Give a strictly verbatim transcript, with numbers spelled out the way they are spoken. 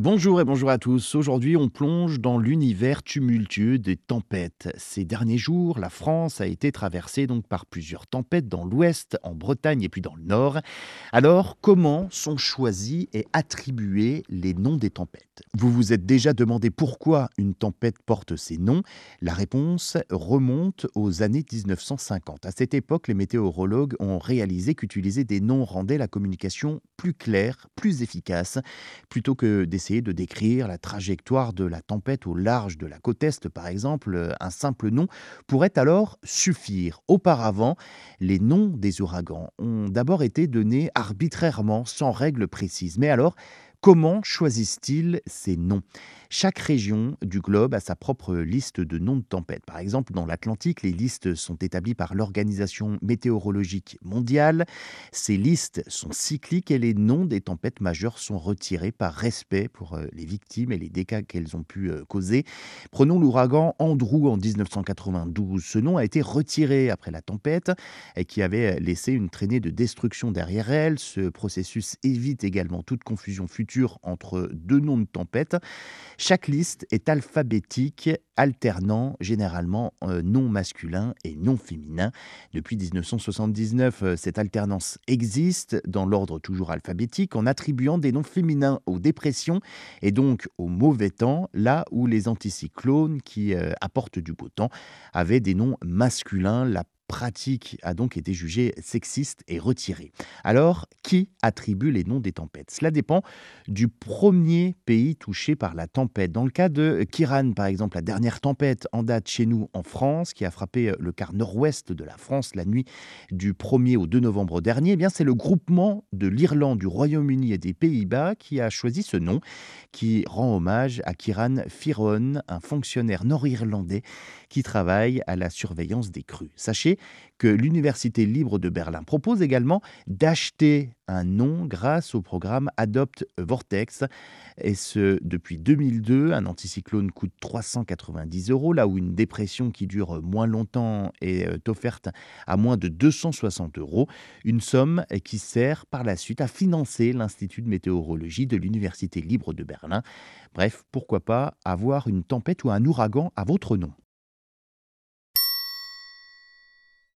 Bonjour et bonjour à tous. Aujourd'hui, on plonge dans l'univers tumultueux des tempêtes. Ces derniers jours, la France a été traversée donc par plusieurs tempêtes dans l'ouest, en Bretagne et puis dans le nord. Alors, comment sont choisis et attribués les noms des tempêtes? Vous vous êtes déjà demandé pourquoi une tempête porte ces noms? La réponse remonte aux années mille neuf cent cinquante. À cette époque, les météorologues ont réalisé qu'utiliser des noms rendait la communication plus claire, plus efficace, plutôt que d'essayer de décrire la trajectoire de la tempête au large de la côte Est, par exemple. Un simple nom pourrait alors suffire. Auparavant, les noms des ouragans ont d'abord été donnés arbitrairement, sans règles précises. Mais alors, comment choisissent-ils ces noms? Chaque région du globe a sa propre liste de noms de tempêtes. Par exemple, dans l'Atlantique, les listes sont établies par l'Organisation météorologique mondiale. Ces listes sont cycliques et les noms des tempêtes majeures sont retirés par respect pour euh, les victimes et les dégâts qu'elles ont pu euh, causer. Prenons l'ouragan Andrew en mille neuf cent quatre-vingt-douze. Ce nom a été retiré après la tempête et qui avait laissé une traînée de destruction derrière elle. Ce processus évite également toute confusion future entre deux noms de tempête. Chaque liste est alphabétique, alternant généralement euh, nom masculin et nom féminin. Depuis mille neuf cent soixante-dix-neuf, euh, cette alternance existe dans l'ordre toujours alphabétique en attribuant des noms féminins aux dépressions et donc au mauvais temps, là où les anticyclones qui euh, apportent du beau temps avaient des noms masculins. La pratique a donc été jugée sexiste et retirée. Alors, qui attribue les noms des tempêtes? Cela dépend du premier pays touché par la tempête. Dans le cas de Kiran, par exemple, la dernière tempête en date chez nous en France, qui a frappé le quart nord-ouest de la France la nuit du premier au deux novembre dernier, eh bien c'est le groupement de l'Irlande, du Royaume-Uni et des Pays-Bas qui a choisi ce nom, qui rend hommage à Kiran Firon, un fonctionnaire nord-irlandais qui travaille à la surveillance des crues. Sachez que l'Université libre de Berlin propose également d'acheter un nom grâce au programme Adopt Vortex. Et ce, depuis deux mille deux, un anticyclone coûte trois cent quatre-vingt-dix euros, là où une dépression qui dure moins longtemps est euh, offerte à moins de deux cent soixante euros. Une somme qui sert par la suite à financer l'Institut de météorologie de l'Université libre de Berlin. Bref, pourquoi pas avoir une tempête ou un ouragan à votre nom?